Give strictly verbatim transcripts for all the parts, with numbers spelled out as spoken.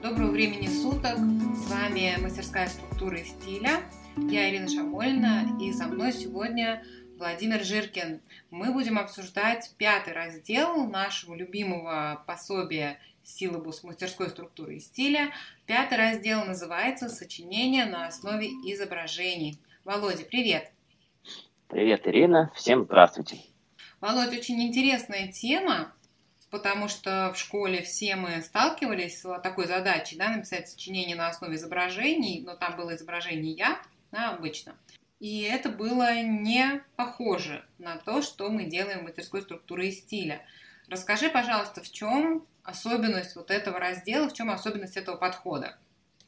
Доброго времени суток! С вами мастерская структуры и стиля. Я Ирина Шамольна, и со мной сегодня Владимир Жиркин. Мы будем обсуждать пятый раздел нашего любимого пособия «Силабус мастерской структуры и стиля». Пятый раздел называется «Сочинение на основе изображений». Володя, привет! Привет, Ирина! Всем здравствуйте! Володь, очень интересная тема, потому что в школе все мы сталкивались с такой задачей, да, написать сочинение на основе изображений, но там было изображение «я», да, обычно. И это было не похоже на то, что мы делаем в мастерской структуры и стиля. Расскажи, пожалуйста, в чем особенность вот этого раздела, в чем особенность этого подхода?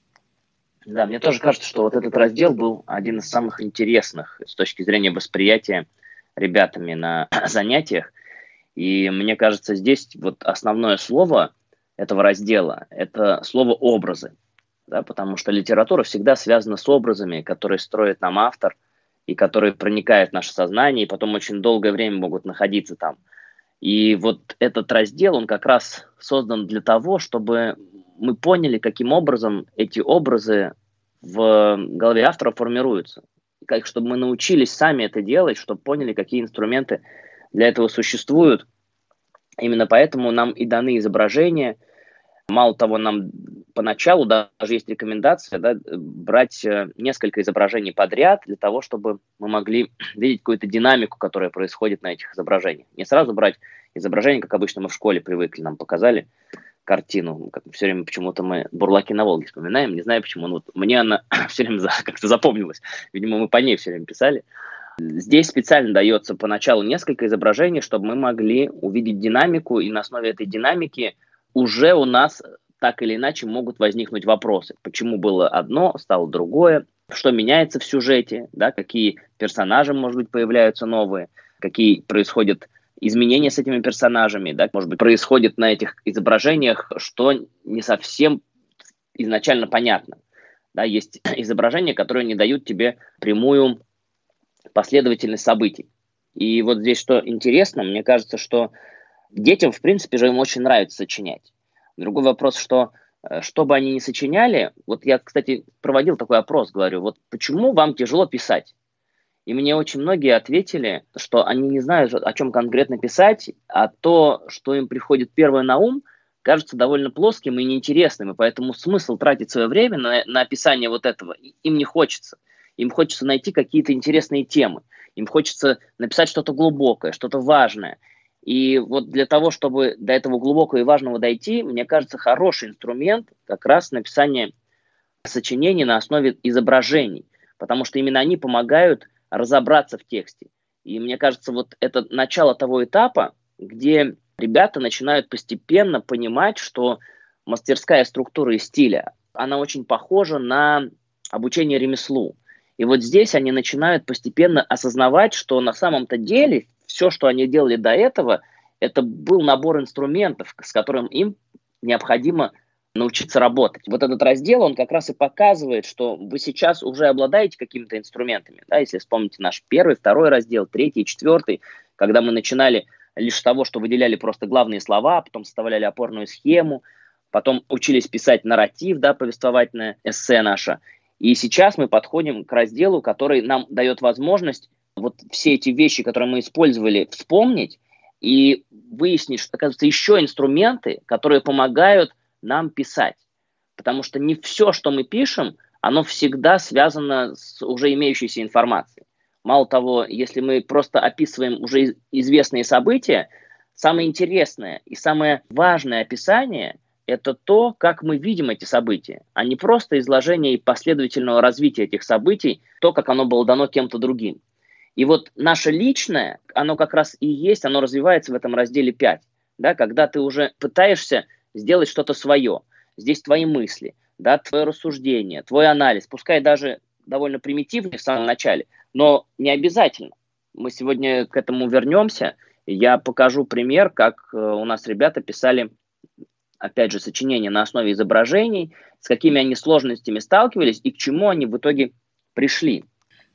Да, мне тоже кажется, что вот этот раздел был один из самых интересных с точки зрения восприятия ребятами на занятиях. И мне кажется, здесь вот основное слово этого раздела – это слово «образы». Да, потому что литература всегда связана с образами, которые строит нам автор и которые проникают в наше сознание, и потом очень долгое время могут находиться там. И вот этот раздел, он как раз создан для того, чтобы мы поняли, каким образом эти образы в голове автора формируются. Как, чтобы мы научились сами это делать, чтобы поняли, какие инструменты для этого существуют. Именно поэтому нам и даны изображения. Мало того, нам поначалу даже есть рекомендация, да, брать несколько изображений подряд для того, чтобы мы могли видеть какую-то динамику, которая происходит на этих изображениях. Не сразу брать изображение, как обычно мы в школе привыкли, нам показали картину, как все время почему-то мы «Бурлаки на Волге» вспоминаем, не знаю почему, но вот мне она все время как-то запомнилась. Видимо, мы по ней все время писали. Здесь специально дается поначалу несколько изображений, чтобы мы могли увидеть динамику, и на основе этой динамики уже у нас так или иначе могут возникнуть вопросы. Почему было одно, стало другое, что меняется в сюжете, да, какие персонажи, может быть, появляются новые, какие происходят изменения с этими персонажами, да, может быть, происходит на этих изображениях, что не совсем изначально понятно. Да, есть изображения, которые не дают тебе прямую последовательность событий. И вот здесь что интересно, мне кажется, что детям, в принципе же, им очень нравится сочинять. Другой вопрос, что что бы они ни сочиняли, вот я, кстати, проводил такой опрос, говорю, вот почему вам тяжело писать? И мне очень многие ответили, что они не знают, о чем конкретно писать, а то, что им приходит первое на ум, кажется довольно плоским и неинтересным, и поэтому смысл тратить свое время на, на описание вот этого им не хочется. Им хочется найти какие-то интересные темы, им хочется написать что-то глубокое, что-то важное. И вот для того, чтобы до этого глубокого и важного дойти, мне кажется, хороший инструмент как раз написание сочинений на основе изображений, потому что именно они помогают разобраться в тексте. И мне кажется, вот это начало того этапа, где ребята начинают постепенно понимать, что мастерская структура и стиля, она очень похожа на обучение ремеслу. И вот здесь они начинают постепенно осознавать, что на самом-то деле все, что они делали до этого, это был набор инструментов, с которым им необходимо научиться работать. Вот этот раздел, он как раз и показывает, что вы сейчас уже обладаете какими-то инструментами. Да, если вспомните наш первый, второй раздел, третий, четвертый, когда мы начинали лишь с того, что выделяли просто главные слова, потом составляли опорную схему, потом учились писать нарратив, да, повествовательное эссе наше. И сейчас мы подходим к разделу, который нам дает возможность вот все эти вещи, которые мы использовали, вспомнить и выяснить, что, оказывается, еще инструменты, которые помогают нам писать. Потому что не все, что мы пишем, оно всегда связано с уже имеющейся информацией. Мало того, если мы просто описываем уже известные события, самое интересное и самое важное описание – это то, как мы видим эти события, а не просто изложение и последовательного развития этих событий, то, как оно было дано кем-то другим. И вот наше личное, оно как раз и есть, оно развивается в этом разделе пять, да, когда ты уже пытаешься сделать что-то свое. Здесь твои мысли, да, твое рассуждение, твой анализ, пускай даже довольно примитивный в самом начале, но не обязательно. Мы сегодня к этому вернемся. Я покажу пример, как у нас ребята писали, опять же, сочинения на основе изображений, с какими они сложностями сталкивались и к чему они в итоге пришли.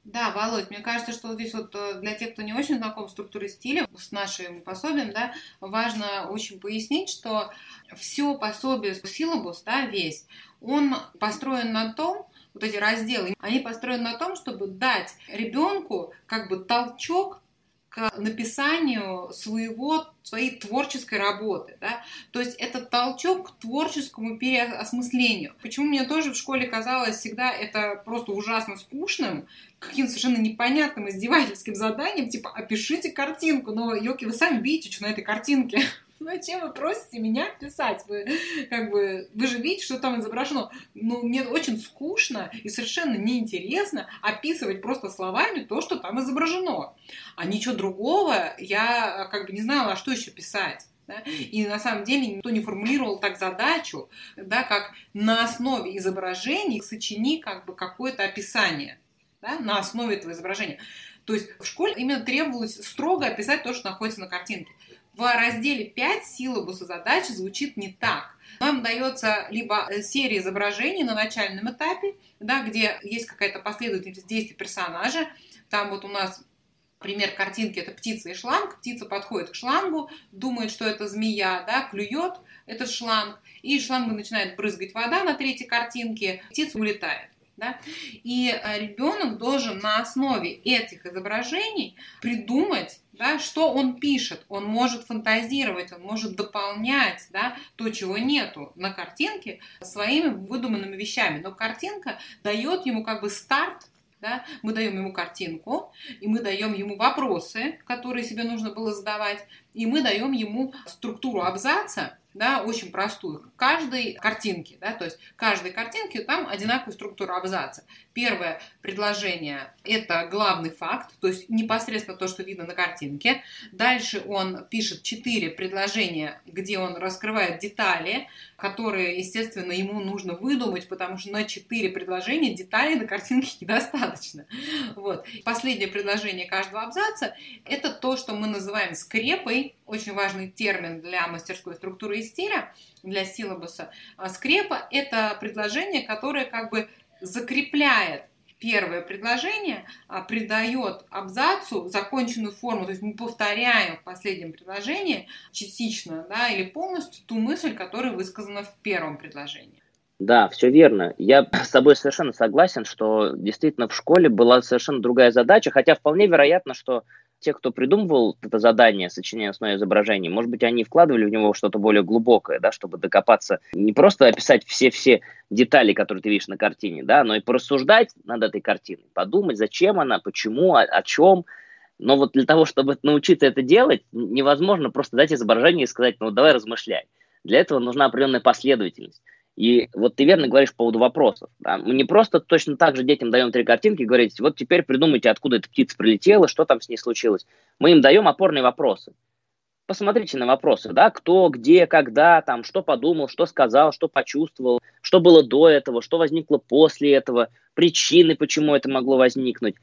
Да, Володь, мне кажется, что вот здесь вот э, для тех, кто не очень знаком с структурой стиля, с нашим пособием, да, важно очень пояснить, что все пособие, силабус, да, весь, он построен на том, вот эти разделы, они построены на том, чтобы дать ребенку как бы толчок к написанию своего, своей творческой работы. Да? То есть это толчок к творческому переосмыслению. Почему мне тоже в школе казалось всегда это просто ужасно скучным, каким-то совершенно непонятным издевательским заданием, типа «опишите картинку». Но, елки, вы сами видите, что на этой картинке. Зачем вы просите меня писать? Вы, как бы, вы же видите, что там изображено. Ну, мне очень скучно и совершенно неинтересно описывать просто словами то, что там изображено. А ничего другого я как бы не знала, а что еще писать. Да? И на самом деле никто не формулировал так задачу, да, как на основе изображений сочини как бы какое-то описание, да, на основе этого изображения. То есть в школе именно требовалось строго описать то, что находится на картинке. В разделе пять силабуса задач звучит не так. Нам дается либо серия изображений на начальном этапе, да, где есть какая-то последовательность действий персонажа. Там вот у нас пример картинки – это птица и шланг. Птица подходит к шлангу, думает, что это змея, да, клюет этот шланг, и из шланга начинает брызгать вода на третьей картинке, птица улетает. Да? И ребенок должен на основе этих изображений придумать, да, что он пишет. Он может фантазировать, он может дополнять, да, то, чего нету на картинке, своими выдуманными вещами. Но картинка дает ему как бы старт. Да? Мы даем ему картинку, и мы даем ему вопросы, которые себе нужно было задавать, и мы даем ему структуру абзаца, да, очень простую, к каждой картинке, да, то есть к каждой картинке там одинаковая структура абзаца. Первое предложение – это главный факт, то есть непосредственно то, что видно на картинке. Дальше он пишет четыре предложения, где он раскрывает детали, которые, естественно, ему нужно выдумать, потому что на четыре предложения деталей на картинке недостаточно. Вот. Последнее предложение каждого абзаца – это то, что мы называем скрепой, очень важный термин для мастерской структуры и стиля, для силабуса. Скрепа – это предложение, которое как бы закрепляет первое предложение, придает абзацу законченную форму, то есть мы повторяем в последнем предложении частично, да, или полностью ту мысль, которая высказана в первом предложении. Да, все верно. Я с тобой совершенно согласен, что действительно в школе была совершенно другая задача, хотя вполне вероятно, что те, кто придумывал это задание сочинения основных изображений, может быть, они вкладывали в него что-то более глубокое, да, чтобы докопаться, не просто описать все-все детали, которые ты видишь на картине, да, но и порассуждать над этой картиной, подумать, зачем она, почему, о, о чем. Но вот для того, чтобы научиться это делать, невозможно просто дать изображение и сказать, ну, давай размышляй. Для этого нужна определенная последовательность. И вот ты верно говоришь по поводу вопросов. Да? Мы не просто точно так же детям даем три картинки и говорите, вот теперь придумайте, откуда эта птица прилетела, что там с ней случилось. Мы им даем опорные вопросы. Посмотрите на вопросы, да, кто, где, когда, там, что подумал, что сказал, что почувствовал, что было до этого, что возникло после этого, причины, почему это могло возникнуть.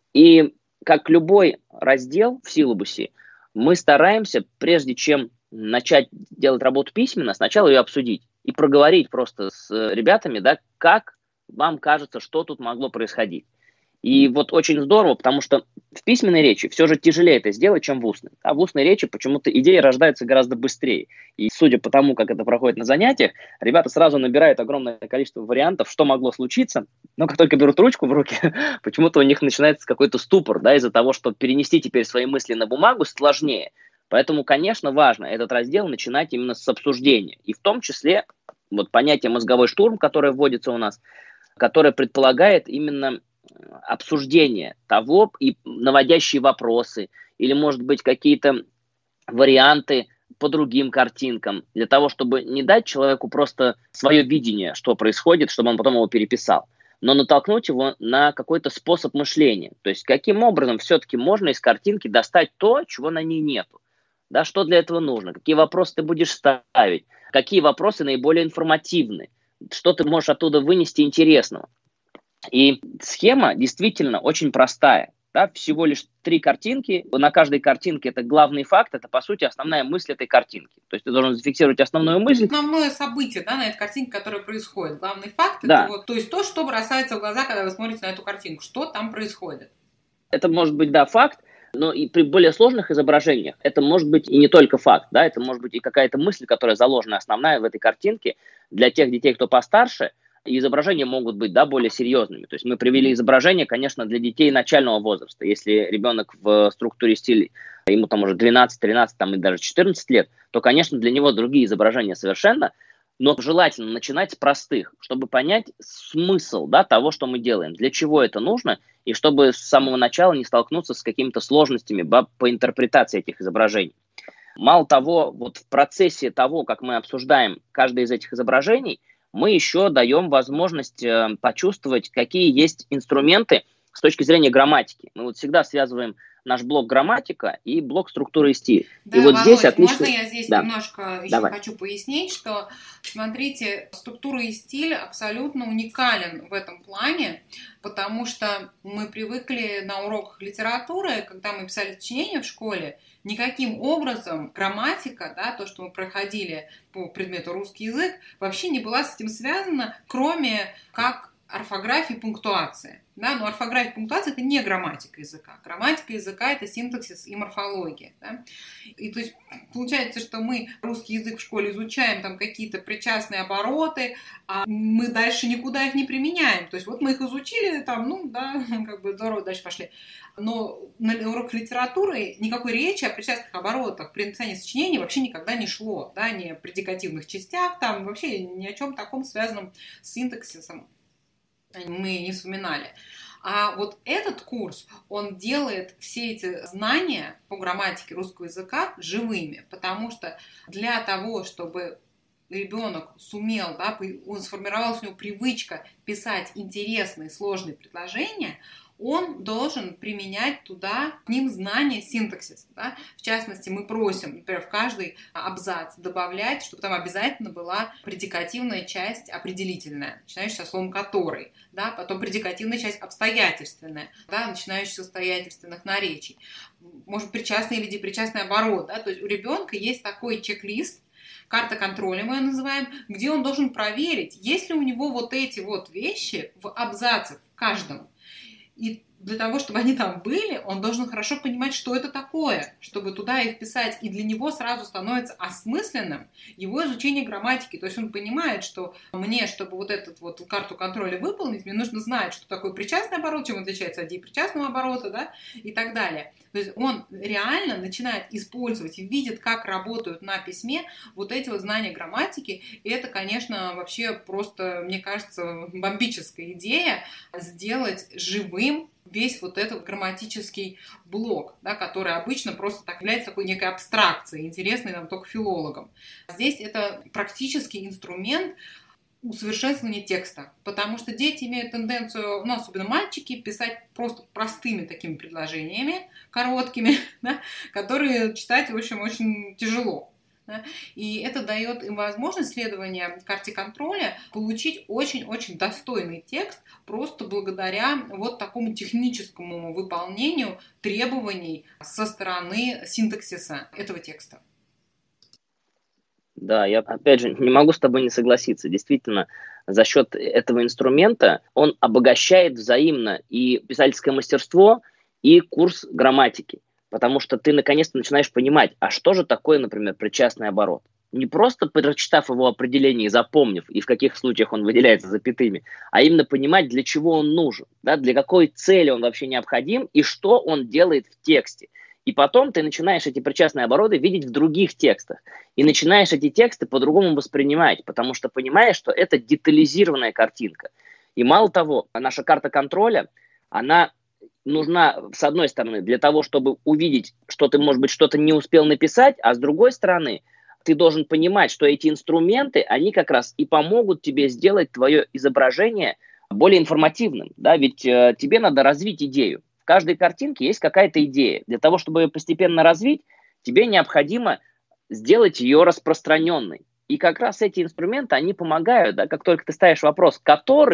И как любой раздел в силабусе, мы стараемся, прежде чем начать делать работу письменно, сначала ее обсудить и проговорить просто с ребятами, да, как вам кажется, что тут могло происходить. И вот очень здорово, потому что в письменной речи все же тяжелее это сделать, чем в устной. А в устной речи почему-то идеи рождаются гораздо быстрее. И судя по тому, как это проходит на занятиях, ребята сразу набирают огромное количество вариантов, что могло случиться, но как только берут ручку в руки, почему-то у них начинается какой-то ступор, да, из-за того, что перенести теперь свои мысли на бумагу сложнее. Поэтому, конечно, важно этот раздел начинать именно с обсуждения. И в том числе вот понятие «мозговой штурм», которое вводится у нас, которое предполагает именно обсуждение того и наводящие вопросы, или, может быть, какие-то варианты по другим картинкам, для того, чтобы не дать человеку просто свое видение, что происходит, чтобы он потом его переписал, но натолкнуть его на какой-то способ мышления. То есть, каким образом все-таки можно из картинки достать то, чего на ней нету. Да, что для этого нужно, какие вопросы ты будешь ставить, какие вопросы наиболее информативны, что ты можешь оттуда вынести интересного. И схема действительно очень простая. да, всего лишь три картинки, на каждой картинке это главный факт, это, по сути, основная мысль этой картинки. То есть ты должен зафиксировать основную мысль. Основное событие, да, на этой картинке, которое происходит. Главный факт, да. это вот, то есть то, что бросается в глаза, когда вы смотрите на эту картинку, что там происходит. Это может быть, да, факт, но и при более сложных изображениях это может быть и не только факт, да, это может быть и какая-то мысль, которая заложена основная в этой картинке. Для тех детей, кто постарше, изображения могут быть, да, более серьезными. То есть мы привели изображение, конечно, для детей начального возраста. Если ребенок в структуре стиля, ему там уже двенадцать, тринадцать, там и даже четырнадцать лет, то, конечно, для него другие изображения совершенно. Но желательно начинать с простых, чтобы понять смысл, да, того, что мы делаем, для чего это нужно, и чтобы с самого начала не столкнуться с какими-то сложностями по интерпретации этих изображений. Мало того, вот в процессе того, как мы обсуждаем каждое из этих изображений, мы еще даем возможность э, почувствовать, какие есть инструменты с точки зрения грамматики. Мы вот всегда связываем наш блок грамматика и блок структуры и стиль. Да, и вот Володь, здесь отлично... можно я здесь да. немножко еще Давай. хочу пояснить, что, смотрите, структура и стиль абсолютно уникален в этом плане, потому что мы привыкли на уроках литературы, когда мы писали сочинения в школе, никаким образом грамматика, да, то, что мы проходили по предмету русский язык, вообще не была с этим связана, кроме как орфографии и пунктуации. Да? Но орфография и пунктуация – это не грамматика языка. Грамматика языка – это синтаксис и морфология. Да? И то есть получается, что мы русский язык в школе изучаем, там какие-то причастные обороты, а мы дальше никуда их не применяем. То есть вот мы их изучили, там, ну да, как бы здорово, дальше пошли. Но на урок литературы никакой речи о причастных оборотах при написании сочинений вообще никогда не шло. Да? Ни о предикативных частях, там вообще ни о чем таком, связанном с синтаксисом, мы не вспоминали. А вот этот курс, он делает все эти знания по грамматике русского языка живыми, потому что для того, чтобы ребенок сумел, да, он сформировалась у него привычка писать интересные, сложные предложения, он должен применять туда к ним знания синтаксиса. Да? В частности, мы просим, например, в каждый абзац добавлять, чтобы там обязательно была предикативная часть определительная, начинающая со словом «который», да? Потом предикативная часть обстоятельственная, да? Начинающая с обстоятельственных наречий. Может, причастный или депричастный оборот. Да? То есть у ребенка есть такой чек-лист, карта контроля мы ее называем, где он должен проверить, есть ли у него вот эти вот вещи в абзаце в каждом. И для того, чтобы они там были, он должен хорошо понимать, что это такое, чтобы туда их вписать. И для него сразу становится осмысленным его изучение грамматики. То есть он понимает, что мне, чтобы вот эту вот карту контроля выполнить, мне нужно знать, что такое причастный оборот, чем отличается от депричастного оборота, да, и так далее. То есть он реально начинает использовать и видит, как работают на письме вот эти вот знания грамматики. И это, конечно, вообще просто, мне кажется, бомбическая идея сделать живым весь вот этот грамматический блок, да, который обычно просто так является такой некой абстракцией, интересной нам только филологам. Здесь это практический инструмент усовершенствования текста, потому что дети имеют тенденцию, ну, особенно мальчики, писать просто простыми такими предложениями, короткими, да, которые читать, в общем, очень тяжело. Да? И это дает им возможность следования карте контроля получить очень-очень достойный текст просто благодаря вот такому техническому выполнению требований со стороны синтаксиса этого текста. Да, я опять же не могу с тобой не согласиться. Действительно, за счет этого инструмента он обогащает взаимно и писательское мастерство, и курс грамматики. Потому что ты наконец-то начинаешь понимать, а что же такое, например, причастный оборот. Не просто прочитав его определение и запомнив, и в каких случаях он выделяется запятыми, а именно понимать, для чего он нужен, да, для какой цели он вообще необходим и что он делает в тексте. И потом ты начинаешь эти причастные обороты видеть в других текстах. И начинаешь эти тексты по-другому воспринимать, потому что понимаешь, что это детализированная картинка. И мало того, наша карта контроля, она нужна, с одной стороны, для того, чтобы увидеть, что ты, может быть, что-то не успел написать, а с другой стороны, ты должен понимать, что эти инструменты, они как раз и помогут тебе сделать твое изображение более информативным. Да? Ведь э, тебе надо развить идею. В каждой картинке есть какая-то идея. Для того, чтобы ее постепенно развить, тебе необходимо сделать ее распространенной. И как раз эти инструменты, они помогают, да, как только ты ставишь вопрос «который?»,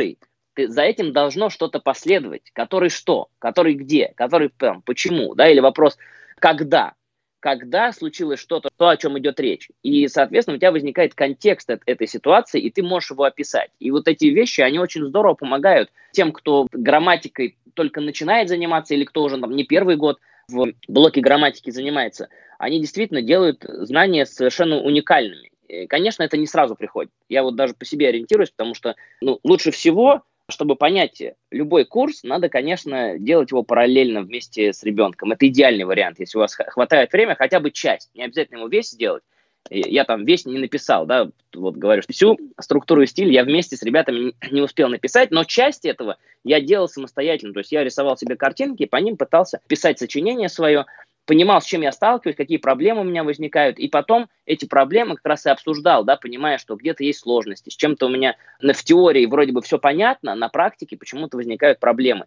Ты, за этим должно что-то последовать. Который что? Который где? Который там, почему? Да? Или вопрос когда? Когда случилось что-то, то, о чем идет речь. И, соответственно, у тебя возникает контекст от этой ситуации, и ты можешь его описать. И вот эти вещи, они очень здорово помогают тем, кто грамматикой только начинает заниматься, или кто уже там не первый год в блоке грамматики занимается. Они действительно делают знания совершенно уникальными. И, конечно, это не сразу приходит. Я вот даже по себе ориентируюсь, потому что ну, лучше всего, чтобы понять любой курс, надо, конечно, делать его параллельно вместе с ребенком. Это идеальный вариант, если у вас хватает времени, хотя бы часть. Не обязательно его весь сделать. Я там весь не написал, да, вот говорю, что всю структуру и стиль я вместе с ребятами не успел написать, но часть этого я делал самостоятельно. То есть я рисовал себе картинки, по ним пытался писать сочинение свое, понимал, с чем я сталкиваюсь, какие проблемы у меня возникают, и потом эти проблемы как раз и обсуждал, да, понимая, что где-то есть сложности, с чем-то у меня в теории вроде бы все понятно, на практике почему-то возникают проблемы.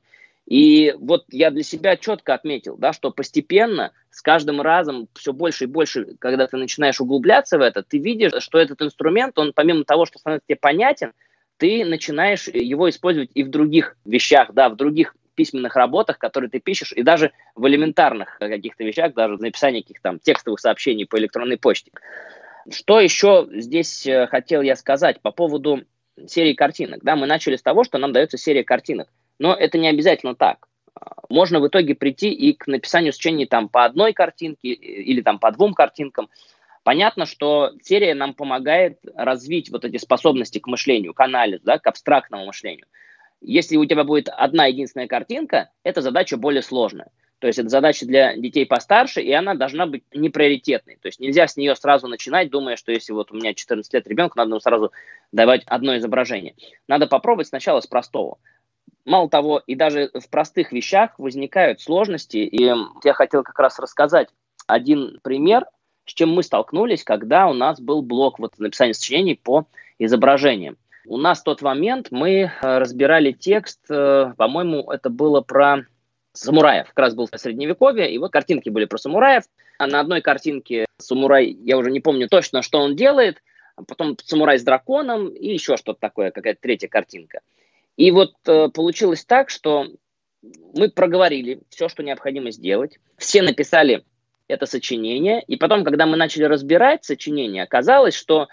И вот я для себя четко отметил, да, что постепенно, с каждым разом все больше и больше, когда ты начинаешь углубляться в это, ты видишь, что этот инструмент, он помимо того, что становится тебе понятен, ты начинаешь его использовать и в других вещах, да, в других письменных работах, которые ты пишешь, и даже в элементарных каких-то вещах, даже в написании каких-то там текстовых сообщений по электронной почте. Что еще здесь хотел я сказать по поводу серии картинок? Да, мы начали с того, что нам дается серия картинок, но это не обязательно так. Можно в итоге прийти и к написанию сочинений там по одной картинке или там по двум картинкам. Понятно, что серия нам помогает развить вот эти способности к мышлению, к анализу, да, к абстрактному мышлению. Если у тебя будет одна единственная картинка, эта задача более сложная. То есть это задача для детей постарше, и она должна быть неприоритетной. То есть нельзя с нее сразу начинать, думая, что если вот у меня четырнадцать лет ребенку, надо ему сразу давать одно изображение. Надо попробовать сначала с простого. Мало того, и даже в простых вещах возникают сложности. И я хотел как раз рассказать один пример, с чем мы столкнулись, когда у нас был блок вот, написания сочинений по изображениям. У нас в тот момент мы разбирали текст, по-моему, это было про самураев. Как раз был средневековье, и вот картинки были про самураев. А на одной картинке самурай, я уже не помню точно, что он делает, а потом самурай с драконом и еще что-то такое, какая-то третья картинка. И вот э, получилось так, что мы проговорили все, что необходимо сделать. Все написали это сочинение, и потом, когда мы начали разбирать сочинение, оказалось, что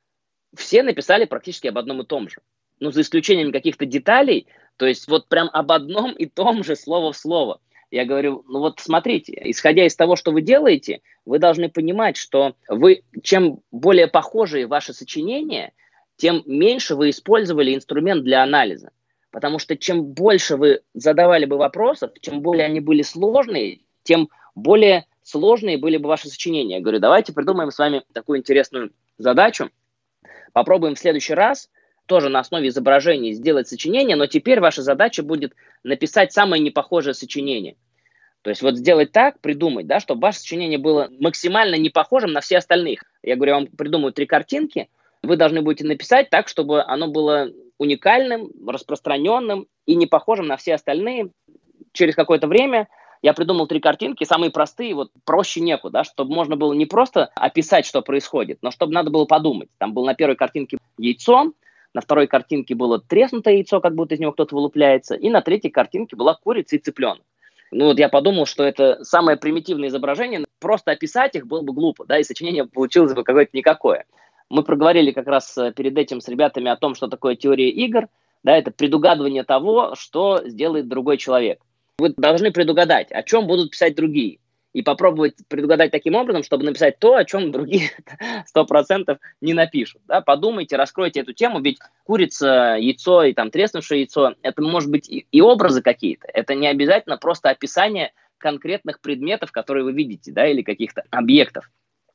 все написали практически об одном и том же. Ну, за исключением каких-то деталей, то есть вот прям об одном и том же слово в слово. Я говорю, ну вот смотрите, исходя из того, что вы делаете, вы должны понимать, что вы, чем более похожие ваши сочинения, тем меньше вы использовали инструмент для анализа. Потому что чем больше вы задавали бы вопросов, чем более они были сложные, тем более сложные были бы ваши сочинения. Я говорю, давайте придумаем с вами такую интересную задачу. Попробуем в следующий раз тоже на основе изображений сделать сочинение, но теперь ваша задача будет написать самое непохожее сочинение. То есть вот сделать так, придумать, да, чтобы ваше сочинение было максимально не похожим на все остальных. Я говорю, я вам придумаю три картинки, вы должны будете написать так, чтобы оно было уникальным, распространенным и не похожим на все остальные. Через какое-то время я придумал три картинки, самые простые, вот проще некуда, да, чтобы можно было не просто описать, что происходит, но чтобы надо было подумать. Там было на первой картинке яйцо, на второй картинке было треснутое яйцо, как будто из него кто-то вылупляется, и на третьей картинке была курица и цыпленок. Ну вот я подумал, что это самое примитивное изображение, просто описать их было бы глупо, да, и сочинение получилось бы какое-то никакое. Мы проговорили как раз перед этим с ребятами о том, что такое теория игр, да, это предугадывание того, что сделает другой человек. Вы должны предугадать, о чем будут писать другие, и попробовать предугадать таким образом, чтобы написать то, о чем другие сто процентов не напишут. Да? Подумайте, раскройте эту тему, ведь курица, яйцо и там треснувшее яйцо, это может быть и, и образы какие-то, это не обязательно просто описание конкретных предметов, которые вы видите, да, или каких-то объектов.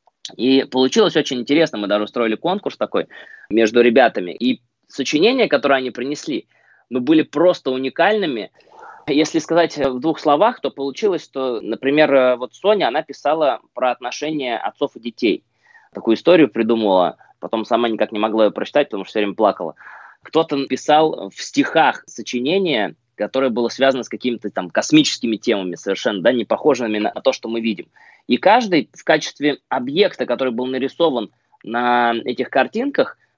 И получилось очень интересно, мы даже устроили конкурс такой между ребятами, и сочинения, которые они принесли, ну, были просто уникальными. Если сказать в двух словах, то получилось, что, например, вот Соня, она писала про отношения отцов и детей. Такую историю придумала, потом сама никак не могла ее прочитать, потому что все время плакала. Кто-то написал в стихах сочинение, которое было связано с какими-то там космическими темами совершенно, да, не похожими на то, что мы видим. И каждый в качестве объекта, который был нарисован на этих картинках,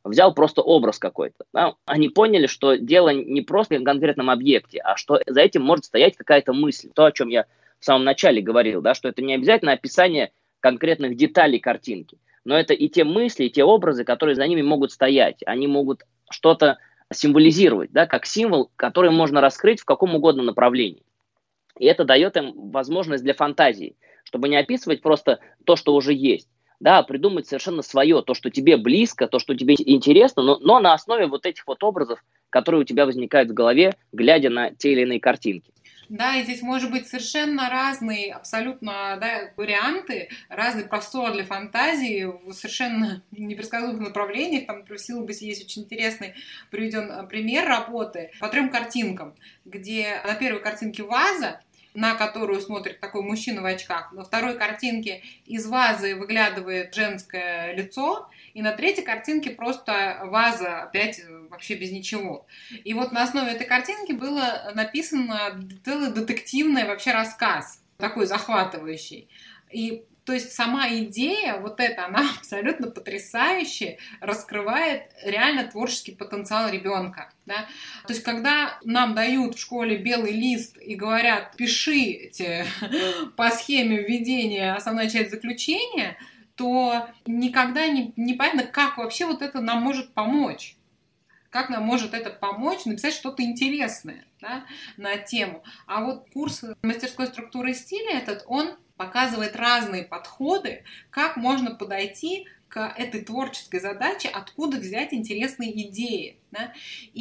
взял просто образ какой-то. Да? Они поняли, что дело не просто в конкретном объекте, а что за этим может стоять какая-то мысль. То, о чем я в самом начале говорил, да, что это не обязательно описание конкретных деталей картинки, но это и те мысли, и те образы, которые за ними могут стоять. Они могут что-то символизировать, да, как символ, который можно раскрыть в каком угодно направлении. И это дает им возможность для фантазии, чтобы не описывать просто то, что уже есть, да, а придумать совершенно свое, то, что тебе близко, то, что тебе интересно, но, но на основе вот этих вот образов, которые у тебя возникают в голове, глядя на те или иные картинки. Да, и здесь может быть совершенно разные, абсолютно, да, варианты, разный простор для фантазии в совершенно непредсказуемых направлениях. Там, например, в Силабусе есть очень интересный приведен пример работы по трем картинкам, где на первой картинке ваза, на которую смотрит такой мужчина в очках. На второй картинке из вазы выглядывает женское лицо, и на третьей картинке просто ваза опять вообще без ничего. И вот на основе этой картинки было написано целый детективный вообще рассказ, такой захватывающий. И то есть сама идея, вот эта, она абсолютно потрясающе раскрывает реально творческий потенциал ребенка. Да? То есть когда нам дают в школе белый лист и говорят, пишите по схеме введения основная часть заключения, то никогда не, не понятно, как вообще вот это нам может помочь. Как нам может это помочь написать что-то интересное, да, на тему. А вот курс мастерской структуры и стиля этот, он показывает разные подходы, как можно подойти к этой творческой задаче, откуда взять интересные идеи. Да?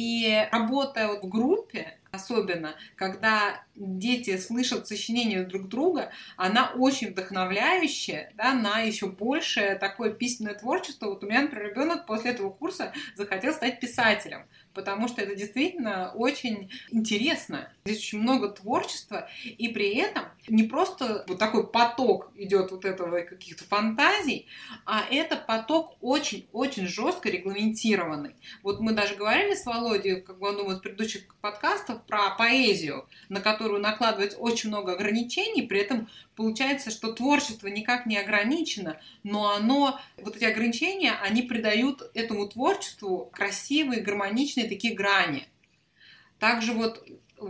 И работая вот в группе, особенно, когда дети слышат сочинения друг друга, она очень вдохновляющая, да, на еще большее такое письменное творчество. Вот у меня, например, ребенок после этого курса захотел стать писателем, потому что это действительно очень интересно. Здесь очень много творчества, и при этом не просто вот такой поток идет вот этого каких-то фантазий, а это поток очень-очень жестко регламентированный. Вот мы даже говорили с Володей, как бы, одном из предыдущих подкастов, про поэзию, на которую накладывается очень много ограничений, при этом получается, что творчество никак не ограничено, но оно, вот эти ограничения, они придают этому творчеству красивые, гармоничные такие грани. Также вот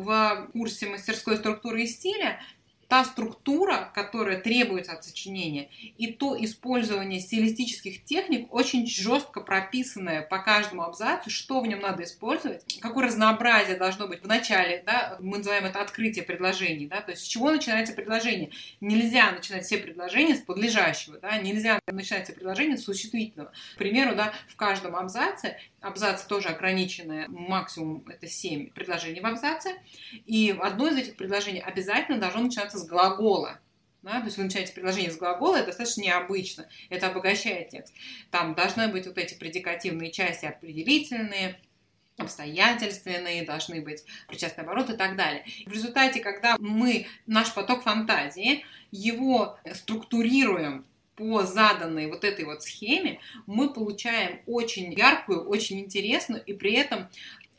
в курсе мастерской структуры и стиля та структура, которая требуется от сочинения, и то использование стилистических техник очень жестко прописанное по каждому абзацу, что в нем надо использовать, какое разнообразие должно быть в начале, да, мы называем это открытие предложений, да, то есть с чего начинается предложение. Нельзя начинать все предложения с подлежащего, да, нельзя начинать все предложения с существительного. К примеру, да, в каждом абзаце, абзац тоже ограниченное, максимум это семь предложений в абзаце, и одно из этих предложений обязательно должно начинаться с глагола. Да? То есть вы начинаете предложение с глагола, это достаточно необычно, это обогащает текст. Там должны быть вот эти предикативные части определительные, обстоятельственные, должны быть причастный оборот и так далее. В результате, когда мы наш поток фантазии, его структурируем по заданной вот этой вот схеме, мы получаем очень яркую, очень интересную и при этом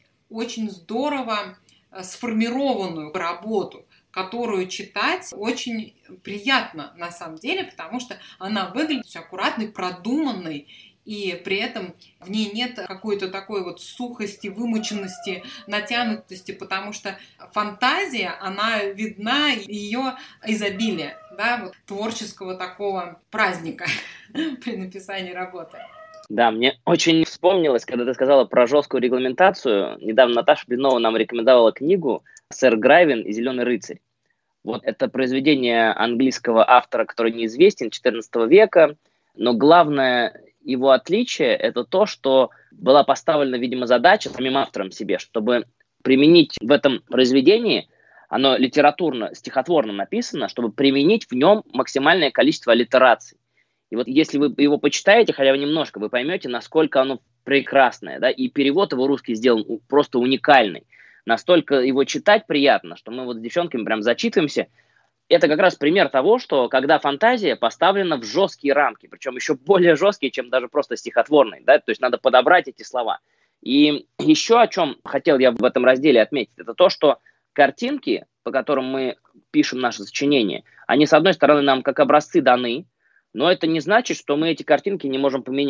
очень здорово сформированную работу, которую читать очень приятно на самом деле, потому что она выглядит очень аккуратной, продуманной, и при этом в ней нет какой-то такой вот сухости, вымученности, натянутости, потому что фантазия, она видна, ее изобилие, да, вот, творческого такого праздника при написании работы. Да, мне очень вспомнилось, когда ты сказала про жесткую регламентацию. Недавно Наташа Блинова нам рекомендовала книгу «Сэр Грайвин и Зеленый рыцарь». Вот это произведение английского автора, который неизвестен, четырнадцатого века, но главное его отличие – это то, что была поставлена, видимо, задача самим автором себе, чтобы применить в этом произведении, оно литературно, стихотворно написано, чтобы применить в нем максимальное количество аллитераций. И вот если вы его почитаете хотя бы немножко, вы поймете, насколько оно прекрасное, да, и перевод его русский сделан просто уникальный. Настолько его читать приятно, что мы вот с девчонками прям зачитываемся. Это как раз пример того, что когда фантазия поставлена в жесткие рамки, причем еще более жесткие, чем даже просто стихотворные, да, то есть надо подобрать эти слова. И еще о чем хотел я в этом разделе отметить, это то, что картинки, по которым мы пишем наши сочинения, они, с одной стороны, нам как образцы даны, но это не значит, что мы эти картинки не можем поменять.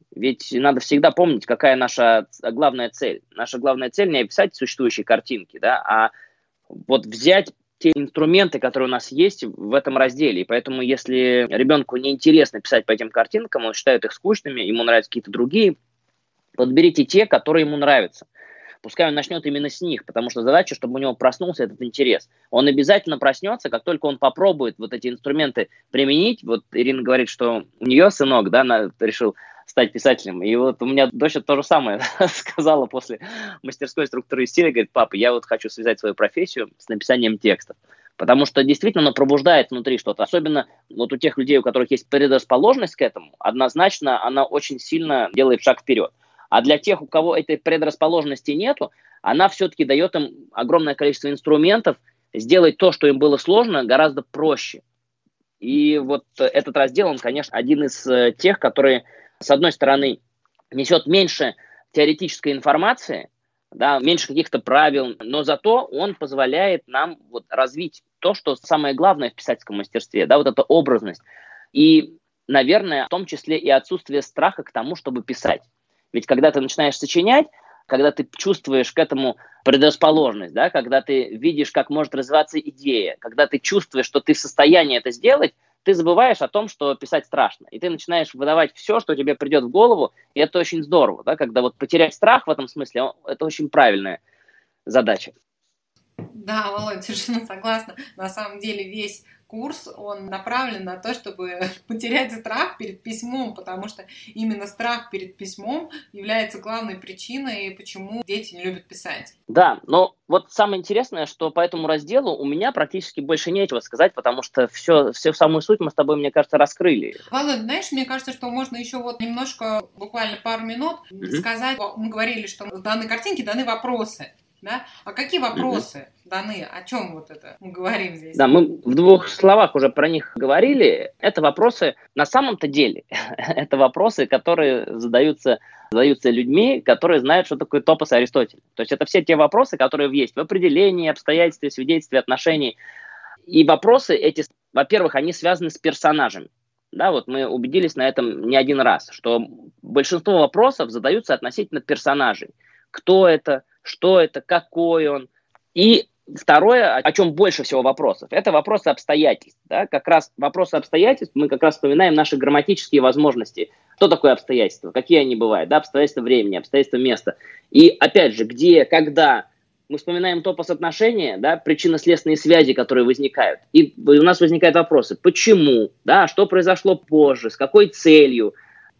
Ведь надо всегда помнить, какая наша главная цель. Наша главная цель не описать существующие картинки, да, а вот взять те инструменты, которые у нас есть в этом разделе. И поэтому, если ребенку неинтересно писать по этим картинкам, он считает их скучными, ему нравятся какие-то другие, подберите те, которые ему нравятся. Пускай он начнет именно с них, потому что задача, чтобы у него проснулся этот интерес. Он обязательно проснется, как только он попробует вот эти инструменты применить. Вот Ирина говорит, что у нее сынок, да, на, решил стать писателем. И вот у меня дочь то же самое сказала после мастерской структуры и стиля. Говорит, папа, я вот хочу связать свою профессию с написанием текстов. Потому что действительно оно пробуждает внутри что-то. Особенно вот у тех людей, у которых есть предрасположенность к этому, однозначно она очень сильно делает шаг вперед. А для тех, у кого этой предрасположенности нету, она все-таки дает им огромное количество инструментов сделать то, что им было сложно, гораздо проще. И вот этот раздел, он, конечно, один из тех, который, с одной стороны, несет меньше теоретической информации, да, меньше каких-то правил, но зато он позволяет нам вот развить то, что самое главное в писательском мастерстве, да, вот эта образность. И, наверное, в том числе и отсутствие страха к тому, чтобы писать. Ведь когда ты начинаешь сочинять, когда ты чувствуешь к этому предрасположенность, да, когда ты видишь, как может развиваться идея, когда ты чувствуешь, что ты в состоянии это сделать, ты забываешь о том, что писать страшно. И ты начинаешь выдавать все, что тебе придет в голову, и это очень здорово. Да, когда вот потерять страх в этом смысле, это очень правильная задача. Да, Володь, совершенно согласна. На самом деле весь курс, он направлен на то, чтобы потерять страх перед письмом, потому что именно страх перед письмом является главной причиной, почему дети не любят писать. Да, но вот самое интересное, что по этому разделу у меня практически больше нечего сказать, потому что все, все в самую суть мы с тобой, мне кажется, раскрыли. Володь, знаешь, мне кажется, что можно еще вот немножко, буквально пару минут, mm-hmm. сказать, мы говорили, что в данной картинке даны вопросы. Да? А какие вопросы mm-hmm. даны? О чем вот это мы говорим здесь? Да, мы в двух словах уже про них говорили. Это вопросы на самом-то деле. Это вопросы, которые задаются, задаются людьми, которые знают, что такое топос Аристотеля. То есть это все те вопросы, которые есть в определении, обстоятельстве, свидетельстве отношений. И вопросы эти, во-первых, они связаны с персонажами. Да, вот мы убедились на этом не один раз, что большинство вопросов задаются относительно персонажей. Кто это? Что это, какой он. И второе, о чем больше всего вопросов, это вопросы обстоятельств. Да? Как раз вопросы обстоятельств, мы как раз вспоминаем наши грамматические возможности. Что такое обстоятельства, какие они бывают, да? Обстоятельства времени, обстоятельства места. И опять же, где, когда, мы вспоминаем топос отношения, да? Причинно-следственные связи, которые возникают. И у нас возникают вопросы, почему, да? Что произошло позже, с какой целью.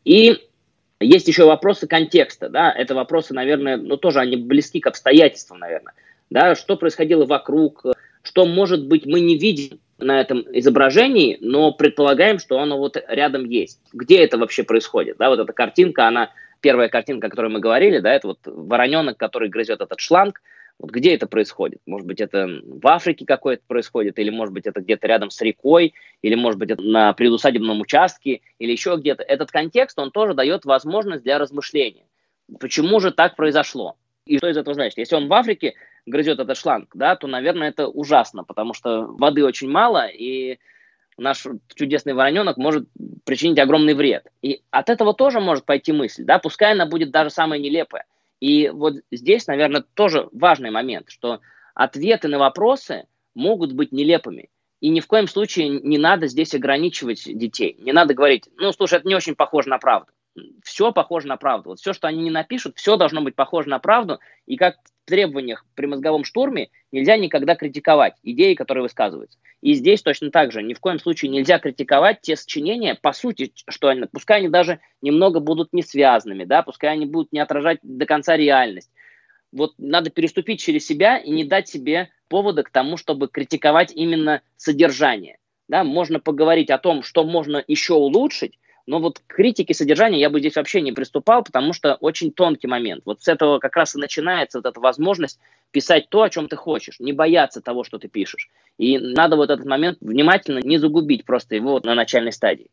И есть еще вопросы контекста, да, это вопросы, наверное, ну тоже они близки к обстоятельствам, наверное, да, что происходило вокруг, что, может быть, мы не видим на этом изображении, но предполагаем, что оно вот рядом есть. Где это вообще происходит, да, вот эта картинка, она, первая картинка, о которой мы говорили, да, это вот вороненок, который грызет этот шланг. Вот где это происходит? Может быть, это в Африке какое-то происходит, или, может быть, это где-то рядом с рекой, или, может быть, это на предусадебном участке, или еще где-то. Этот контекст, он тоже дает возможность для размышления. Почему же так произошло? И что из этого значит? Если он в Африке грызет этот шланг, да, то, наверное, это ужасно, потому что воды очень мало, и наш чудесный вороненок может причинить огромный вред. И от этого тоже может пойти мысль, да, пускай она будет даже самая нелепая. И вот здесь, наверное, тоже важный момент, что ответы на вопросы могут быть нелепыми. И ни в коем случае не надо здесь ограничивать детей. Не надо говорить, ну, слушай, это не очень похоже на правду. Все похоже на правду. Вот все, что они не напишут, все должно быть похоже на правду. И как в требованиях при мозговом штурме нельзя никогда критиковать идеи, которые высказываются. И здесь точно так же. Ни в коем случае нельзя критиковать те сочинения, по сути, что они, пускай они даже немного будут не связанными, да, пускай они будут не отражать до конца реальность. Вот надо переступить через себя и не дать себе повода к тому, чтобы критиковать именно содержание. Да, можно поговорить о том, что можно еще улучшить, но вот к критике содержания я бы здесь вообще не приступал, потому что очень тонкий момент. Вот с этого как раз и начинается вот эта возможность писать то, о чем ты хочешь, не бояться того, что ты пишешь. И надо вот этот момент внимательно не загубить просто его на начальной стадии.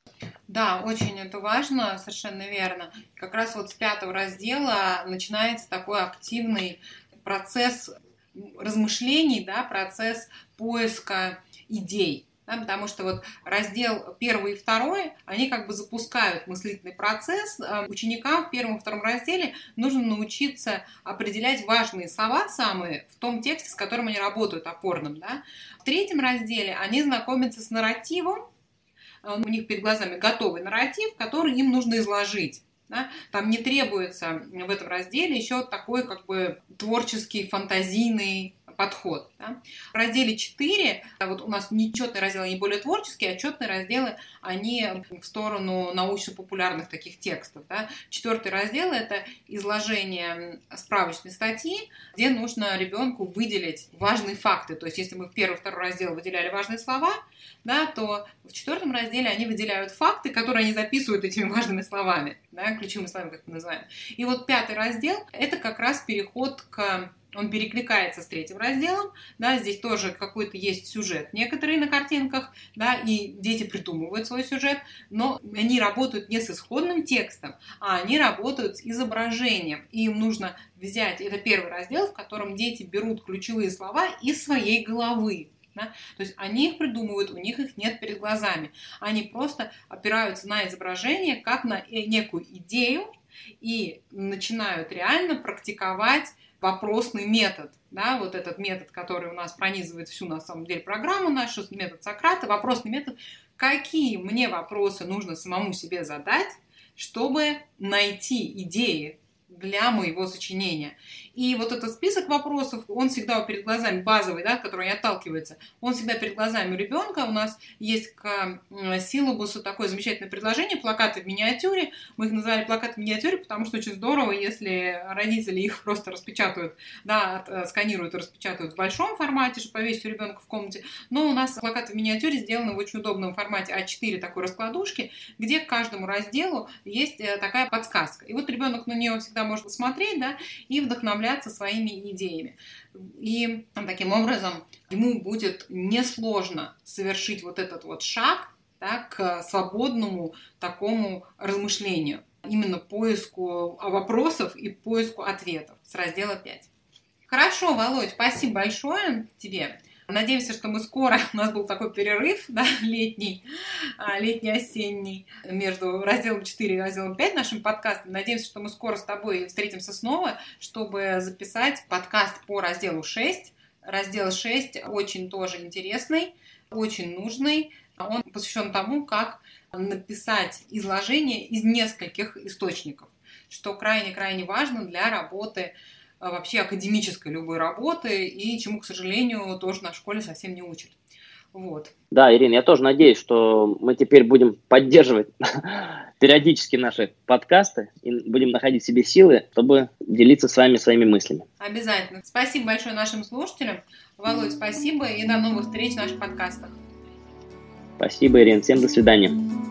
Да, очень это важно, совершенно верно. Как раз вот с пятого раздела начинается такой активный процесс размышлений, да, процесс поиска идей. Да, потому что вот раздел первый и второй, они как бы запускают мыслительный процесс. Ученикам в первом и втором разделе нужно научиться определять важные слова самые в том тексте, с которым они работают, опорным. Да. В третьем разделе они знакомятся с нарративом, у них перед глазами готовый нарратив, который им нужно изложить. Да? Там не требуется в этом разделе еще такой как бы творческий, фантазийный подход. Да? В разделе четыре, вот у нас нечетные разделы, они более творческие, а четные разделы, они в сторону научно-популярных таких текстов. Да? Четвертый раздел – это изложение справочной статьи, где нужно ребенку выделить важные факты. То есть, если мы в первый и второй раздел выделяли важные слова, да, то в четвертом разделе они выделяют факты, которые они записывают этими важными словами, да, ключевыми словами, как мы называем. И вот пятый раздел – это как раз переход к... Он перекликается с третьим разделом, да, здесь тоже какой-то есть сюжет некоторые на картинках, да, и дети придумывают свой сюжет, но они работают не с исходным текстом, а они работают с изображением, и им нужно взять, это первый раздел, в котором дети берут ключевые слова из своей головы. Да? То есть они их придумывают, у них их нет перед глазами. Они просто опираются на изображение как на некую идею и начинают реально практиковать вопросный метод. Да? Вот этот метод, который у нас пронизывает всю, на самом деле, программу нашу, метод Сократа, вопросный метод. Какие мне вопросы нужно самому себе задать, чтобы найти идеи для моего сочинения. И вот этот список вопросов, он всегда перед глазами базовый, да, от которого они отталкиваются, он всегда перед глазами у ребенка. У нас есть к силабусу такое замечательное предложение, плакаты в миниатюре. Мы их назвали плакаты в миниатюре, потому что очень здорово, если родители их просто распечатают, да, сканируют и распечатают в большом формате, чтобы повесить у ребенка в комнате. Но у нас плакаты в миниатюре сделаны в очень удобном формате а четыре такой раскладушки, где к каждому разделу есть такая подсказка. И вот ребенок на нее всегда может смотреть, да, и вдохновляться своими идеями. И таким образом ему будет несложно совершить вот этот вот шаг, да, к свободному такому размышлению, именно поиску вопросов и поиску ответов с раздела пять. Хорошо, Володь, спасибо большое тебе. Надеемся, что мы скоро, у нас был такой перерыв, да, летний, летний-осенний, между разделом четыре и разделом пять нашим подкастом. Надеемся, что мы скоро с тобой встретимся снова, чтобы записать подкаст по разделу шесть. Раздел шесть очень тоже интересный, очень нужный. Он посвящен тому, как написать изложение из нескольких источников, что крайне-крайне важно для работы, вообще академической любой работы, и чему, к сожалению, тоже на школе совсем не учат. Вот. Да, Ирина, я тоже надеюсь, что мы теперь будем поддерживать периодически наши подкасты и будем находить в себе силы, чтобы делиться с вами своими мыслями. Обязательно. Спасибо большое нашим слушателям. Володь, спасибо, и до новых встреч в наших подкастах. Спасибо, Ирина. Всем до свидания.